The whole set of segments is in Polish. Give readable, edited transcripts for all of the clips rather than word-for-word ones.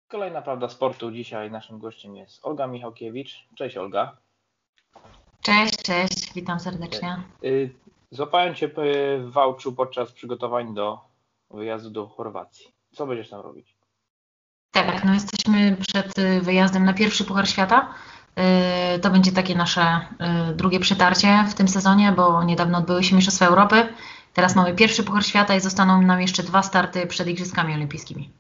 Kolejna prawda sportu. Dzisiaj naszym gościem jest Olga Michałkiewicz. Cześć Olga. Cześć, witam serdecznie. Złapałem Cię w Wałczu podczas przygotowań do wyjazdu do Chorwacji. Co będziesz tam robić? Tak, jesteśmy przed wyjazdem na pierwszy Puchar Świata. To będzie takie nasze drugie przetarcie w tym sezonie, bo niedawno odbyły się Mistrzostwa Europy. Teraz mamy pierwszy Puchar Świata i zostaną nam jeszcze 2 starty przed Igrzyskami Olimpijskimi.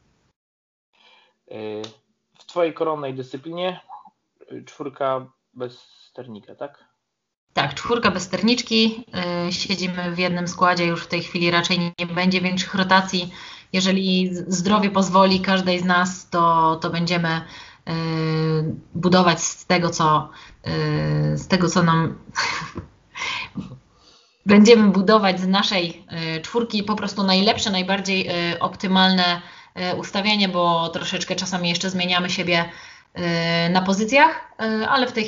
W Twojej koronnej dyscyplinie 4 bez sternika, tak? Tak, 4 bez sterniczki. Siedzimy w jednym składzie. Już w tej chwili raczej nie będzie większych rotacji. Jeżeli zdrowie pozwoli każdej z nas, to będziemy budować z tego, co nam będziemy budować z naszej 4 po prostu najlepsze, najbardziej optymalne ustawienie, bo troszeczkę czasami jeszcze zmieniamy siebie na pozycjach, ale w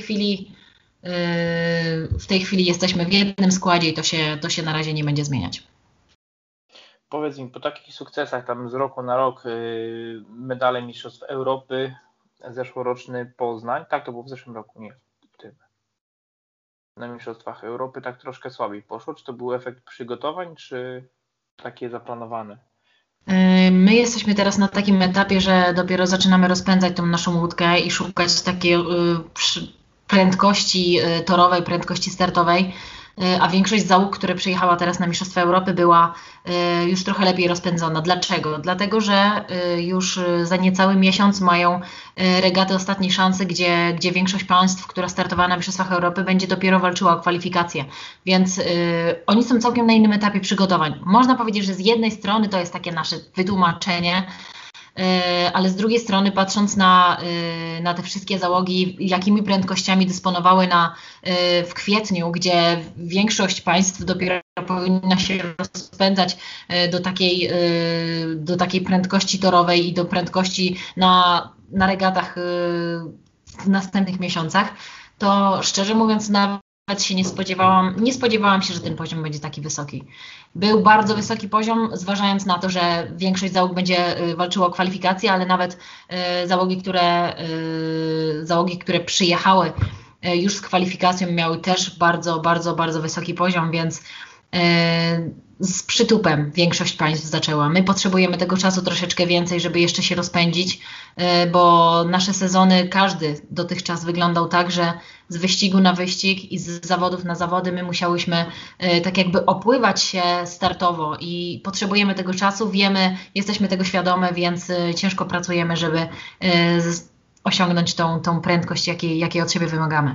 tej chwili jesteśmy w jednym składzie i to się na razie nie będzie zmieniać. Powiedz mi, po takich sukcesach tam z roku na rok, medale Mistrzostw Europy, zeszłoroczny Poznań, tak to było w zeszłym roku, nie w tym. Na Mistrzostwach Europy tak troszkę słabiej poszło. Czy to był efekt przygotowań, czy takie zaplanowane? My jesteśmy teraz na takim etapie, że dopiero zaczynamy rozpędzać tą naszą łódkę i szukać takiej prędkości torowej, prędkości startowej, a większość załóg, które przyjechała teraz na Mistrzostwa Europy, była już trochę lepiej rozpędzona. Dlaczego? Dlatego, że już za niecały miesiąc mają regaty ostatniej szansy, gdzie większość państw, która startowała na Mistrzostwach Europy, będzie dopiero walczyła o kwalifikacje. Więc oni są całkiem na innym etapie przygotowań. Można powiedzieć, że z jednej strony to jest takie nasze wytłumaczenie, ale z drugiej strony patrząc na te wszystkie załogi, jakimi prędkościami dysponowały w kwietniu, gdzie większość państw dopiero powinna się rozpędzać do takiej prędkości torowej i do prędkości na regatach w następnych miesiącach, to szczerze mówiąc nawet się nie spodziewałam się, że ten poziom będzie taki wysoki. Był bardzo wysoki poziom, zważając na to, że większość załóg będzie walczyła o kwalifikacje, ale nawet załogi, które przyjechały już z kwalifikacją, miały też bardzo, bardzo, bardzo wysoki poziom, więc z przytupem większość państw zaczęła. My potrzebujemy tego czasu troszeczkę więcej, żeby jeszcze się rozpędzić, bo nasze sezony, każdy dotychczas wyglądał tak, że z wyścigu na wyścig i z zawodów na zawody my musiałyśmy tak jakby opływać się startowo i potrzebujemy tego czasu, jesteśmy tego świadome, więc ciężko pracujemy, żeby osiągnąć tą prędkość, jakiej od siebie wymagamy.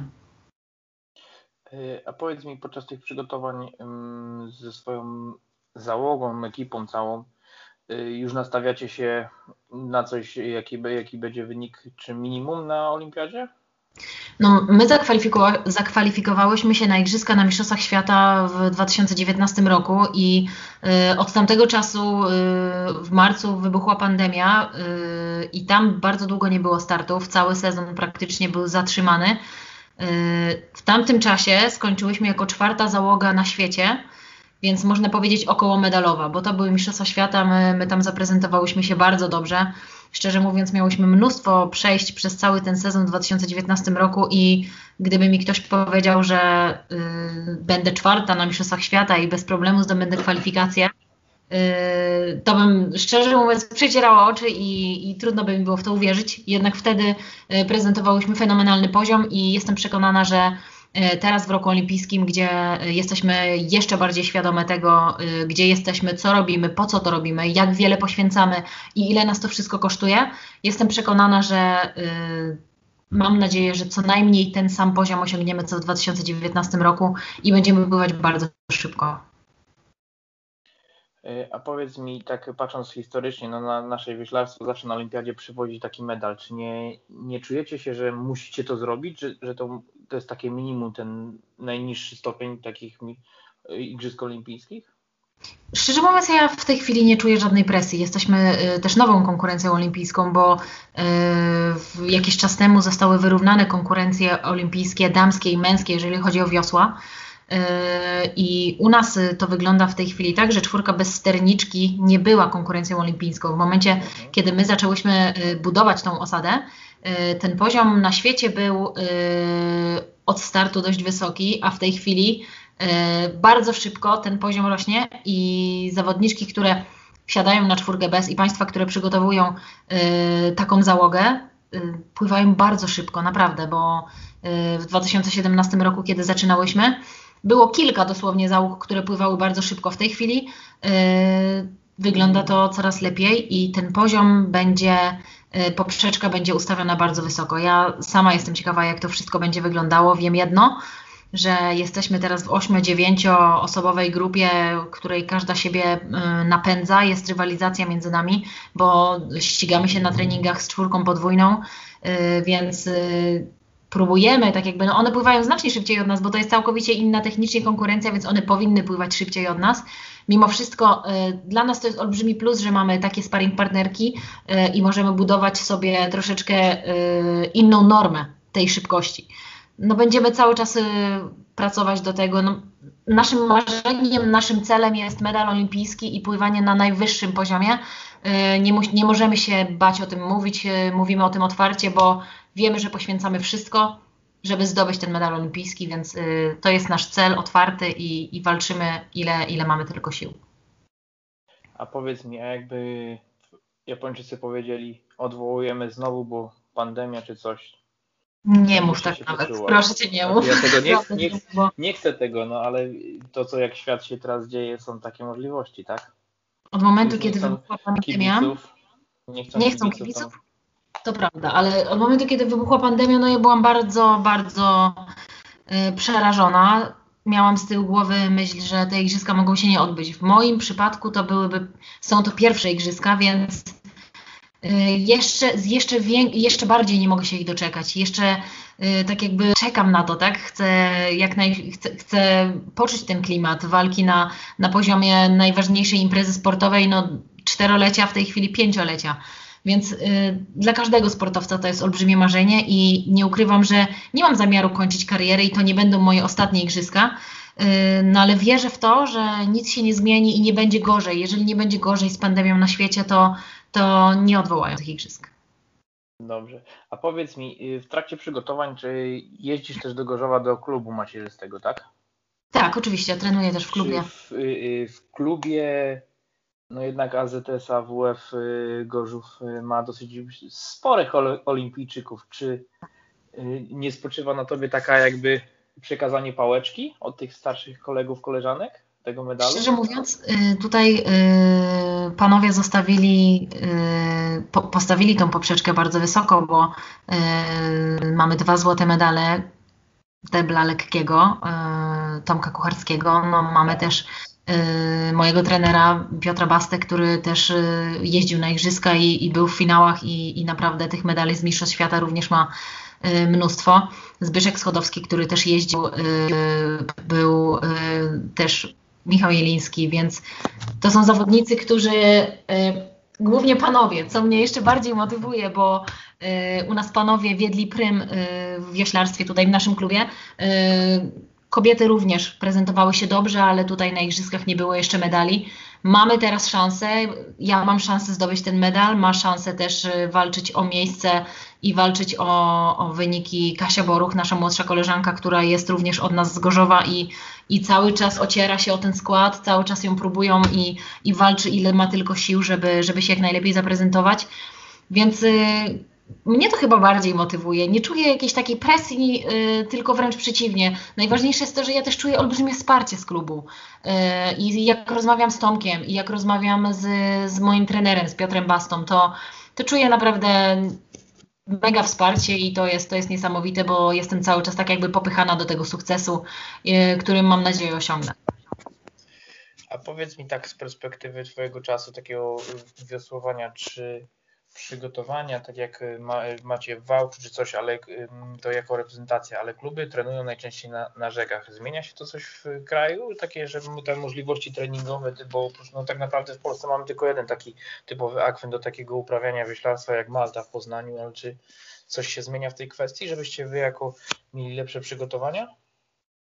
A powiedz mi, podczas tych przygotowań ze swoją załogą, ekipą całą, już nastawiacie się na coś, jaki będzie wynik, czy minimum na olimpiadzie? My zakwalifikowałyśmy się na Igrzyska na Mistrzostwach Świata w 2019 roku i od tamtego czasu w marcu wybuchła pandemia i tam bardzo długo nie było startów, cały sezon praktycznie był zatrzymany. W tamtym czasie skończyłyśmy jako 4. załoga na świecie, więc można powiedzieć około medalowa, bo to były Mistrzostwa Świata, my tam zaprezentowałyśmy się bardzo dobrze. Szczerze mówiąc, miałyśmy mnóstwo przejść przez cały ten sezon w 2019 roku i gdyby mi ktoś powiedział, że będę 4. na Mistrzostwach Świata i bez problemu zdobędę kwalifikacje, to bym szczerze mówiąc przecierała oczy i trudno by mi było w to uwierzyć. Jednak wtedy prezentowałyśmy fenomenalny poziom i jestem przekonana, że teraz w roku olimpijskim, gdzie jesteśmy jeszcze bardziej świadome tego, gdzie jesteśmy, co robimy, po co to robimy, jak wiele poświęcamy i ile nas to wszystko kosztuje, jestem przekonana, że mam nadzieję, że co najmniej ten sam poziom osiągniemy co w 2019 roku i będziemy pływać bardzo szybko. A powiedz mi, tak patrząc historycznie, na nasze wioślarstwo zawsze na olimpiadzie przywodzi taki medal. Czy nie czujecie się, że musicie to zrobić, że to jest takie minimum, ten najniższy stopień takich igrzysk olimpijskich? Szczerze mówiąc, ja w tej chwili nie czuję żadnej presji. Jesteśmy też nową konkurencją olimpijską, bo jakiś czas temu zostały wyrównane konkurencje olimpijskie, damskie i męskie, jeżeli chodzi o wiosła. I u nas to wygląda w tej chwili tak, że 4 bez sterniczki nie była konkurencją olimpijską. W momencie, kiedy my zaczęłyśmy budować tą osadę, ten poziom na świecie był od startu dość wysoki, a w tej chwili bardzo szybko ten poziom rośnie i zawodniczki, które wsiadają na 4 bez i państwa, które przygotowują taką załogę, pływają bardzo szybko, naprawdę, bo w 2017 roku, kiedy zaczynałyśmy, było kilka dosłownie załóg, które pływały bardzo szybko. W tej chwili wygląda to coraz lepiej i ten poziom będzie, poprzeczka będzie ustawiona bardzo wysoko. Ja sama jestem ciekawa, jak to wszystko będzie wyglądało. Wiem jedno, że jesteśmy teraz w 8-9 osobowej grupie, której każda siebie napędza, jest rywalizacja między nami, bo ścigamy się na treningach z 4 podwójną, więc próbujemy, tak jakby, no one pływają znacznie szybciej od nas, bo to jest całkowicie inna technicznie konkurencja, więc one powinny pływać szybciej od nas. Mimo wszystko dla nas to jest olbrzymi plus, że mamy takie sparring partnerki i możemy budować sobie troszeczkę inną normę tej szybkości. No będziemy cały czas pracować do tego. No, naszym marzeniem, naszym celem jest medal olimpijski i pływanie na najwyższym poziomie. Nie możemy się bać o tym mówić, mówimy o tym otwarcie, bo wiemy, że poświęcamy wszystko, żeby zdobyć ten medal olimpijski, więc to jest nasz cel otwarty i walczymy ile mamy tylko sił. A powiedz mi, a jakby Japończycy powiedzieli, odwołujemy znowu, bo pandemia czy coś. Nie mów tak nawet, proszę Cię nie mów. Ja tego nie chcę tego, no ale to, co jak świat się teraz dzieje, są takie możliwości, tak? Od momentu, kiedy wybuchła pandemia, nie chcą kibiców? To prawda, ale od momentu, kiedy wybuchła pandemia, no ja byłam bardzo, bardzo przerażona. Miałam z tyłu głowy myśl, że te igrzyska mogą się nie odbyć. W moim przypadku są to pierwsze igrzyska, więc jeszcze bardziej nie mogę się ich doczekać. Jeszcze tak jakby czekam na to, tak? Chcę poczuć ten klimat walki na poziomie najważniejszej imprezy sportowej, no 4-lecia, w tej chwili 5-lecia. Więc dla każdego sportowca to jest olbrzymie marzenie i nie ukrywam, że nie mam zamiaru kończyć kariery i to nie będą moje ostatnie igrzyska, no ale wierzę w to, że nic się nie zmieni i nie będzie gorzej. Jeżeli nie będzie gorzej z pandemią na świecie, to nie odwołają tych igrzysk. Dobrze. A powiedz mi, w trakcie przygotowań, czy jeździsz też do Gorzowa do klubu macierzystego, tak? Tak, oczywiście, trenuję też w klubie. W klubie, no jednak AZS AWF Gorzów ma dosyć sporych olimpijczyków. Czy nie spoczywa na tobie taka jakby przekazanie pałeczki od tych starszych kolegów, koleżanek tego medalu? Szczerze mówiąc, tutaj panowie postawili tą poprzeczkę bardzo wysoko, bo mamy 2 złote medale debla lekkiego, Tomka Kucharskiego. No, mamy też mojego trenera Piotra Bastę, który też jeździł na igrzyska i był w finałach i naprawdę tych medali z Mistrzostw Świata również ma mnóstwo. Zbyszek Schodowski, który też jeździł, był też Michał Jeliński, więc to są zawodnicy, którzy głównie panowie, co mnie jeszcze bardziej motywuje, bo u nas panowie wiedli prym w wioślarstwie tutaj w naszym klubie. Kobiety również prezentowały się dobrze, ale tutaj na igrzyskach nie było jeszcze medali. Mamy teraz szansę, ja mam szansę zdobyć ten medal, ma szansę też walczyć o miejsce i walczyć o wyniki Kasia Boruch, nasza młodsza koleżanka, która jest również od nas z Gorzowa i cały czas ociera się o ten skład, cały czas ją próbują i walczy ile ma tylko sił, żeby się jak najlepiej zaprezentować. Więc mnie to chyba bardziej motywuje. Nie czuję jakiejś takiej presji, tylko wręcz przeciwnie. Najważniejsze jest to, że ja też czuję olbrzymie wsparcie z klubu. I jak rozmawiam z Tomkiem i jak rozmawiam z moim trenerem, z Piotrem Bastą, to czuję naprawdę mega wsparcie i to jest niesamowite, bo jestem cały czas tak jakby popychana do tego sukcesu, którym mam nadzieję osiągnę. A powiedz mi tak z perspektywy twojego czasu takiego wiosłowania, czy przygotowania, tak jak macie w Wałczu czy coś, ale to jako reprezentacja, ale kluby trenują najczęściej na rzekach. Zmienia się to coś w kraju? Takie, że te możliwości treningowe, bo no, tak naprawdę w Polsce mamy tylko jeden taki typowy akwen do takiego uprawiania wioślarstwa jak Malta w Poznaniu, ale czy coś się zmienia w tej kwestii, żebyście wy jako mieli lepsze przygotowania?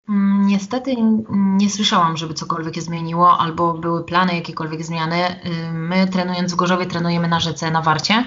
Niestety nie słyszałam, żeby cokolwiek się zmieniło, albo były plany jakiekolwiek zmiany. My trenując w Gorzowie trenujemy na rzece, na Warcie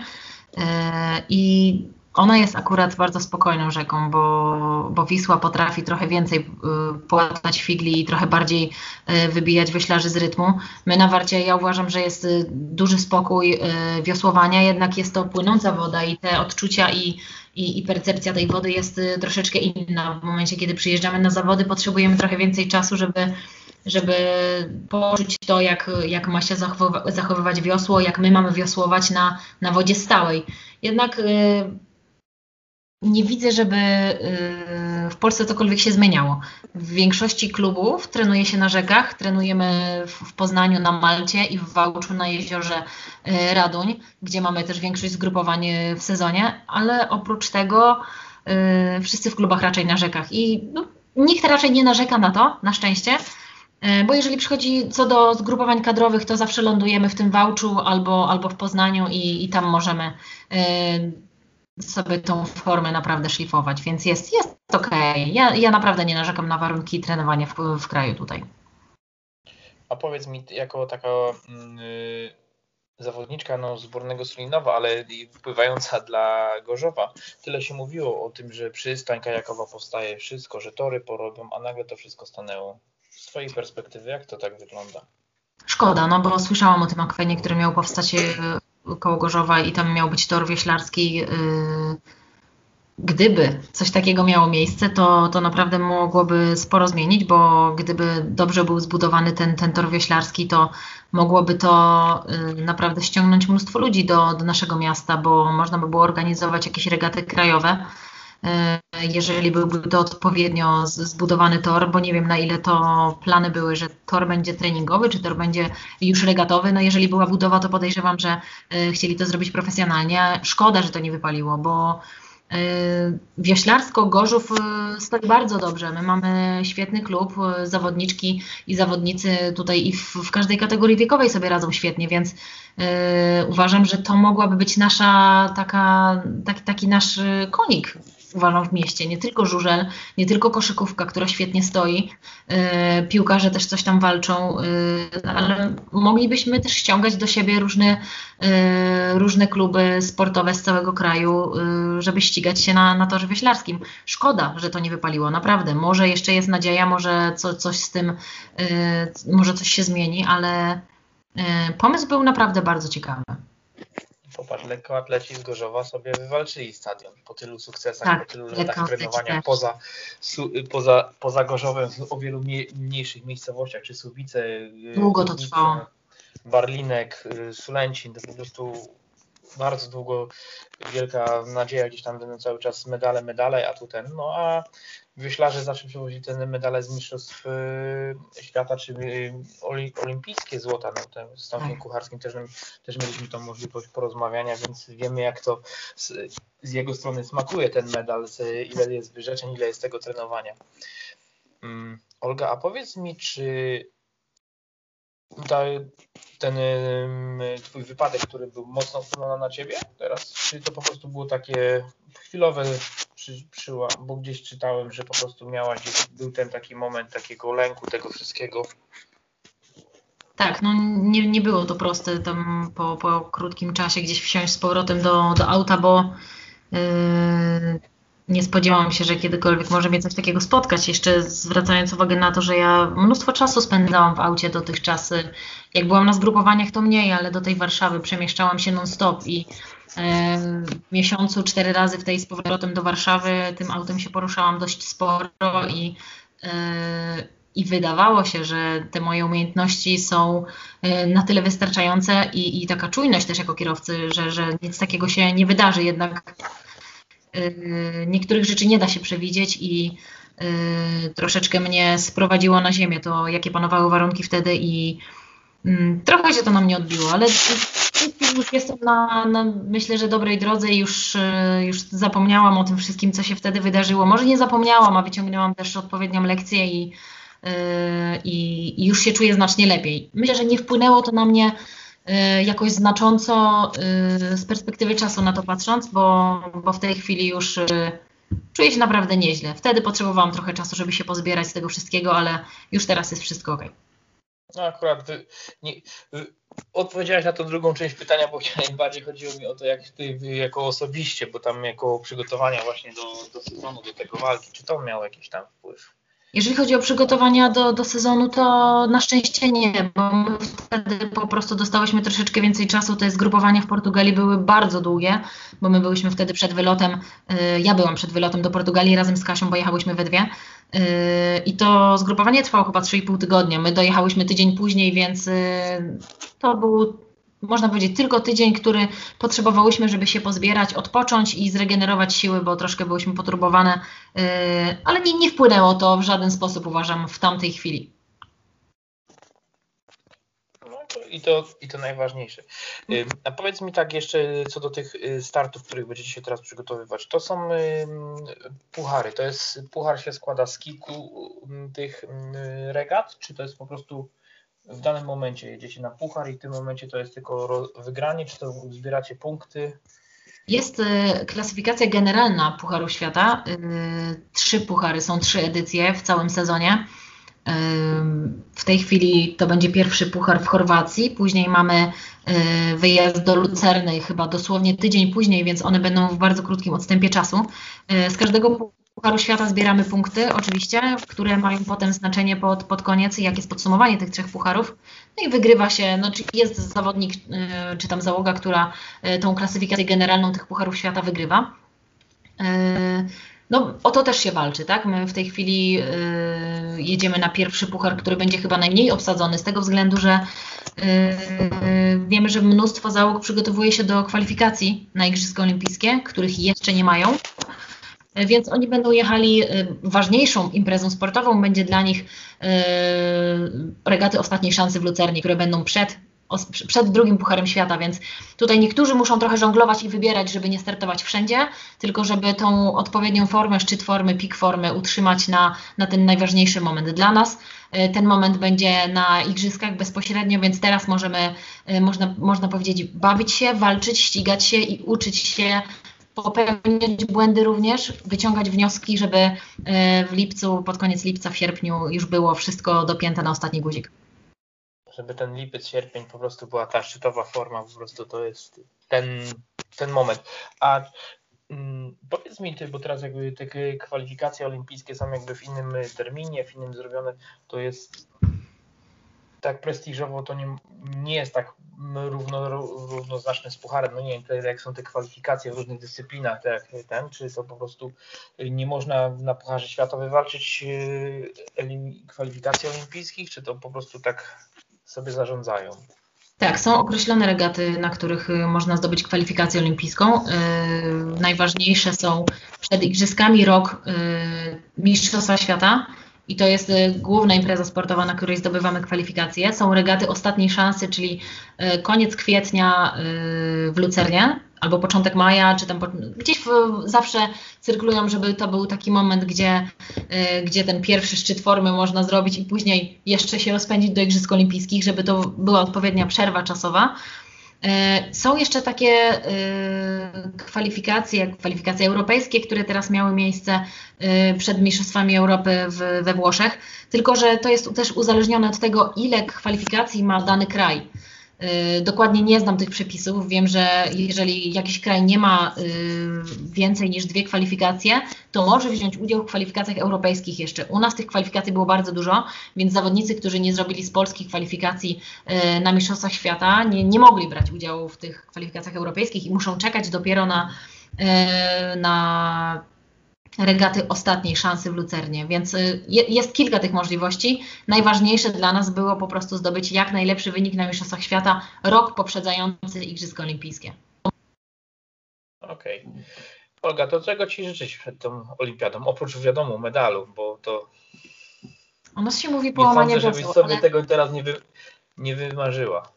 i ona jest akurat bardzo spokojną rzeką, bo Wisła potrafi trochę więcej płatać figli i trochę bardziej wybijać wioślarzy z rytmu. My na Warcie, ja uważam, że jest duży spokój wiosłowania, jednak jest to płynąca woda i te odczucia i percepcja tej wody jest troszeczkę inna. W momencie, kiedy przyjeżdżamy na zawody, potrzebujemy trochę więcej czasu, żeby poczuć to, jak ma się zachowywać wiosło, jak my mamy wiosłować na wodzie stałej. Jednak nie widzę, żeby w Polsce cokolwiek się zmieniało. W większości klubów trenuje się na rzekach, trenujemy w Poznaniu, na Malcie i w Wałczu na jeziorze Raduń, gdzie mamy też większość zgrupowań w sezonie, ale oprócz tego wszyscy w klubach raczej na rzekach i nikt raczej nie narzeka na to, na szczęście, bo jeżeli przychodzi co do zgrupowań kadrowych, to zawsze lądujemy w tym Wałczu albo w Poznaniu i tam możemy sobie tą formę naprawdę szlifować, więc jest okej. Ja naprawdę nie narzekam na warunki trenowania w kraju tutaj. A powiedz mi, jako taka zawodniczka z Bornego Sulinowa, ale wpływająca dla Gorzowa, tyle się mówiło o tym, że przystań kajakowa powstaje, wszystko, że tory porobią, a nagle to wszystko stanęło. Z twojej perspektywy, jak to tak wygląda? Szkoda, bo słyszałam o tym akwenie, który miał powstać koło Gorzowa i tam miał być tor wioślarski. Gdyby coś takiego miało miejsce, to naprawdę mogłoby sporo zmienić, bo gdyby dobrze był zbudowany ten tor wioślarski, to mogłoby to naprawdę ściągnąć mnóstwo ludzi do naszego miasta, bo można by było organizować jakieś regaty krajowe, jeżeli byłby to odpowiednio zbudowany tor, bo nie wiem, na ile to plany były, że tor będzie treningowy, czy tor będzie już regatowy. No jeżeli była budowa, to podejrzewam, że chcieli to zrobić profesjonalnie. Szkoda, że to nie wypaliło, bo wioślarsko Gorzów stoi bardzo dobrze. My mamy świetny klub, zawodniczki i zawodnicy tutaj i w każdej kategorii wiekowej sobie radzą świetnie, więc uważam, że to mogłaby być taki nasz konik, uważam, w mieście. Nie tylko żużel, nie tylko koszykówka, która świetnie stoi, piłkarze też coś tam walczą, ale moglibyśmy też ściągać do siebie różne kluby sportowe z całego kraju, żeby ścigać się na torze wioślarskim. Szkoda, że to nie wypaliło, naprawdę. Może jeszcze jest nadzieja, może coś z tym, może coś się zmieni, ale pomysł był naprawdę bardzo ciekawy. Popatrz, lekkoatleci z Gorzowa sobie wywalczyli stadion po tylu sukcesach, tak, po tylu latach trenowania poza Gorzowem o wielu mniejszych miejscowościach, czy Subice, długo to trwało. Barlinek, Sulęcin, to po prostu bardzo długo, wielka nadzieja, gdzieś tam będą cały czas medale, a tu a wioślarze zawsze przywozili te medale z mistrzostw świata, czy olimpijskie złota. Z Tomkiem Kucharskim też mieliśmy tą możliwość porozmawiania, więc wiemy, jak to z jego strony smakuje ten medal, ile jest wyrzeczeń, ile jest tego trenowania. Olga, a powiedz mi, czy ten twój wypadek, który był mocno wpłynął na ciebie teraz, czy to po prostu było takie chwilowe bo gdzieś czytałem, że po prostu był ten taki moment takiego lęku tego wszystkiego. Tak, nie było to proste tam po krótkim czasie gdzieś wsiąść z powrotem do auta, bo nie spodziewałam się, że kiedykolwiek może mnie coś takiego spotkać. Jeszcze zwracając uwagę na to, że ja mnóstwo czasu spędzałam w aucie dotychczas. Jak byłam na zgrupowaniach, to mniej, ale do tej Warszawy przemieszczałam się non-stop i w miesiącu 4 razy w tej z powrotem do Warszawy tym autem się poruszałam dość sporo i wydawało się, że te moje umiejętności są na tyle wystarczające i taka czujność też jako kierowcy, że nic takiego się nie wydarzy, jednak niektórych rzeczy nie da się przewidzieć i troszeczkę mnie sprowadziło na ziemię to, jakie panowały warunki wtedy i trochę się to na mnie odbiło, ale już jestem myślę, że dobrej drodze i już zapomniałam o tym wszystkim, co się wtedy wydarzyło. Może nie zapomniałam, a wyciągnęłam też odpowiednią lekcję i już się czuję znacznie lepiej. Myślę, że nie wpłynęło to na mnie jakoś znacząco z perspektywy czasu na to patrząc, bo w tej chwili już czuję się naprawdę nieźle. Wtedy potrzebowałam trochę czasu, żeby się pozbierać z tego wszystkiego, ale już teraz jest wszystko ok. No akurat odpowiedziałeś na tą drugą część pytania, bo najbardziej chodziło mi o to, jak ty jako osobiście, bo tam jako przygotowania właśnie do sezonu, do tego walki, czy to miało jakiś tam wpływ? Jeżeli chodzi o przygotowania do sezonu, to na szczęście nie, bo my wtedy po prostu dostałyśmy troszeczkę więcej czasu. Te zgrupowania w Portugalii były bardzo długie, bo my byłyśmy wtedy przed wylotem, ja byłam przed wylotem do Portugalii razem z Kasią, bo jechałyśmy we dwie. I to zgrupowanie trwało chyba 3,5 tygodnia. My dojechałyśmy tydzień później, więc to był, można powiedzieć, tylko tydzień, który potrzebowałyśmy, żeby się pozbierać, odpocząć i zregenerować siły, bo troszkę byłyśmy poturbowane, ale nie wpłynęło to w żaden sposób, uważam, w tamtej chwili. I to najważniejsze. A powiedz mi tak jeszcze co do tych startów, których będziecie się teraz przygotowywać. To są puchary. To jest puchar się składa z kilku tych regat, czy to jest po prostu w danym momencie jedziecie na puchar i w tym momencie to jest tylko wygranie, czy to zbieracie punkty? Jest klasyfikacja generalna Pucharu Świata. 3 puchary, są 3 edycje w całym sezonie. W tej chwili to będzie pierwszy puchar w Chorwacji, później mamy wyjazd do Lucerny, chyba dosłownie tydzień później, więc one będą w bardzo krótkim odstępie czasu. Z każdego Pucharu Świata zbieramy punkty, oczywiście, które mają potem znaczenie pod koniec, jak jest podsumowanie tych 3 pucharów. No i wygrywa się, no, czy jest zawodnik, czy tam załoga, która tą klasyfikację generalną tych Pucharów Świata wygrywa. No o to też się walczy, tak? My w tej chwili jedziemy na pierwszy puchar, który będzie chyba najmniej obsadzony z tego względu, że wiemy, że mnóstwo załóg przygotowuje się do kwalifikacji na Igrzyska Olimpijskie, których jeszcze nie mają. Więc oni będą jechali, ważniejszą imprezą sportową będzie dla nich regaty ostatniej szansy w Lucernie, które będą przed drugim Pucharem Świata, więc tutaj niektórzy muszą trochę żonglować i wybierać, żeby nie startować wszędzie, tylko żeby tą odpowiednią formę, szczyt formy, pik formy utrzymać na ten najważniejszy moment dla nas. Ten moment będzie na igrzyskach bezpośrednio, więc teraz możemy, można powiedzieć, bawić się, walczyć, ścigać się i uczyć się, popełniać błędy również, wyciągać wnioski, żeby w lipcu, pod koniec lipca, w sierpniu już było wszystko dopięte na ostatni guzik. Żeby ten lipiec, sierpień po prostu była ta szczytowa forma, po prostu to jest ten moment. A powiedz mi ty, bo teraz jakby te kwalifikacje olimpijskie są jakby w innym terminie, w innym zrobione, to jest tak prestiżowo, to nie jest tak równoznaczne z pucharem. No nie wiem, jak są te kwalifikacje w różnych dyscyplinach, tak jak czy to po prostu nie można na Pucharze Świata wywalczyć kwalifikacji olimpijskich, czy to po prostu tak sobie zarządzają? Tak, są określone regaty, na których można zdobyć kwalifikację olimpijską. Najważniejsze są przed Igrzyskami rok Mistrzostwa Świata i to jest główna impreza sportowa, na której zdobywamy kwalifikacje. Są regaty ostatniej szansy, czyli koniec kwietnia w Lucernie albo początek maja, czy tam gdzieś zawsze cyrkulują, żeby to był taki moment, gdzie ten pierwszy szczyt formy można zrobić i później jeszcze się rozpędzić do Igrzysk Olimpijskich, żeby to była odpowiednia przerwa czasowa. Są jeszcze takie kwalifikacje europejskie, które teraz miały miejsce przed Mistrzostwami Europy we Włoszech, tylko że to jest też uzależnione od tego, ile kwalifikacji ma dany kraj. Dokładnie nie znam tych przepisów. Wiem, że jeżeli jakiś kraj nie ma więcej niż 2 kwalifikacje, to może wziąć udział w kwalifikacjach europejskich jeszcze. U nas tych kwalifikacji było bardzo dużo, więc zawodnicy, którzy nie zrobili z polskich kwalifikacji na Mistrzostwach Świata, nie mogli brać udziału w tych kwalifikacjach europejskich i muszą czekać dopiero na regaty ostatniej szansy w Lucernie, więc jest kilka tych możliwości. Najważniejsze dla nas było po prostu zdobyć jak najlepszy wynik na Mistrzostwach Świata rok poprzedzający Igrzyska Olimpijskie. Okej. Olga, to czego Ci życzyć przed tą olimpiadą? Oprócz wiadomo medalu, bo to... U nas się mówi połamanie głosu, żebyś sobie tego teraz nie wymarzyła.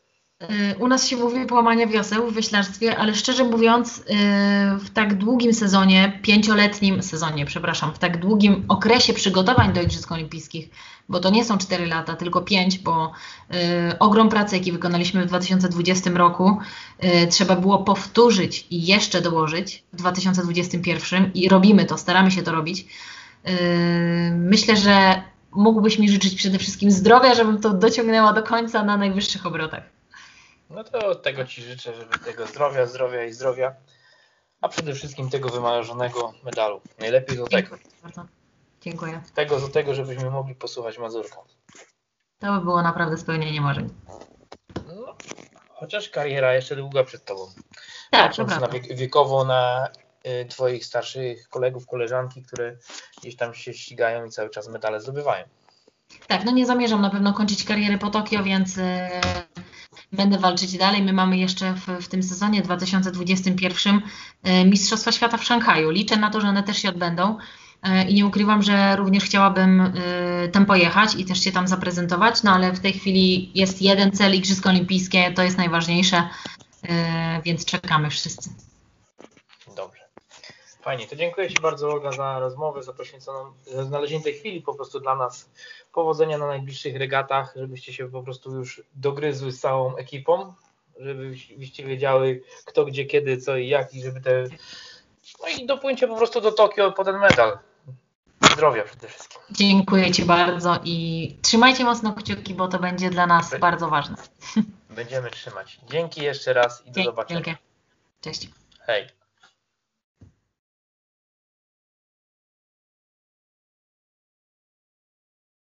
U nas się mówi połamania wioseł w wioślarstwie, ale szczerze mówiąc, w tak długim sezonie, 5-letnim sezonie, przepraszam, w tak długim okresie przygotowań do Igrzysk Olimpijskich, bo to nie są 4 lata, tylko 5, bo ogrom pracy, jaki wykonaliśmy w 2020 roku, trzeba było powtórzyć i jeszcze dołożyć w 2021 i robimy to, staramy się to robić. Myślę, że mógłbyś mi życzyć przede wszystkim zdrowia, żebym to dociągnęła do końca na najwyższych obrotach. No to tego Ci życzę, żeby tego zdrowia i zdrowia, a przede wszystkim tego wymarzonego medalu. Najlepiej do tego. Bardzo. Dziękuję. Tego do tego, żebyśmy mogli posłuchać Mazurka. To by było naprawdę spełnienie marzeń. No, chociaż kariera jeszcze długa przed Tobą. Tak, to Patrząc prawda. wiekowo na Twoich starszych kolegów, koleżanki, które gdzieś tam się ścigają i cały czas medale zdobywają. Tak, no nie zamierzam na pewno kończyć kariery po Tokio, więc będę walczyć dalej. My mamy jeszcze w tym sezonie 2021 Mistrzostwa Świata w Szanghaju. Liczę na to, że one też się odbędą i nie ukrywam, że również chciałabym tam pojechać i też się tam zaprezentować, no ale w tej chwili jest jeden cel, Igrzyska Olimpijskie, to jest najważniejsze, więc czekamy wszyscy. Dobrze. Fajnie, to dziękuję Ci bardzo, Olga, za rozmowę, za poświęconą, za znalezienie tej chwili po prostu dla nas. Powodzenia na najbliższych regatach, żebyście się po prostu już dogryzły z całą ekipą, żebyście wiedziały kto, gdzie, kiedy, co i jak i żeby te... No i dopłyńcie po prostu do Tokio po ten medal. Zdrowia przede wszystkim. Dziękuję Ci bardzo i trzymajcie mocno kciuki, bo to będzie dla nas bardzo ważne. Będziemy trzymać. Dzięki jeszcze raz i do zobaczenia. Dzięki. Cześć. Hej.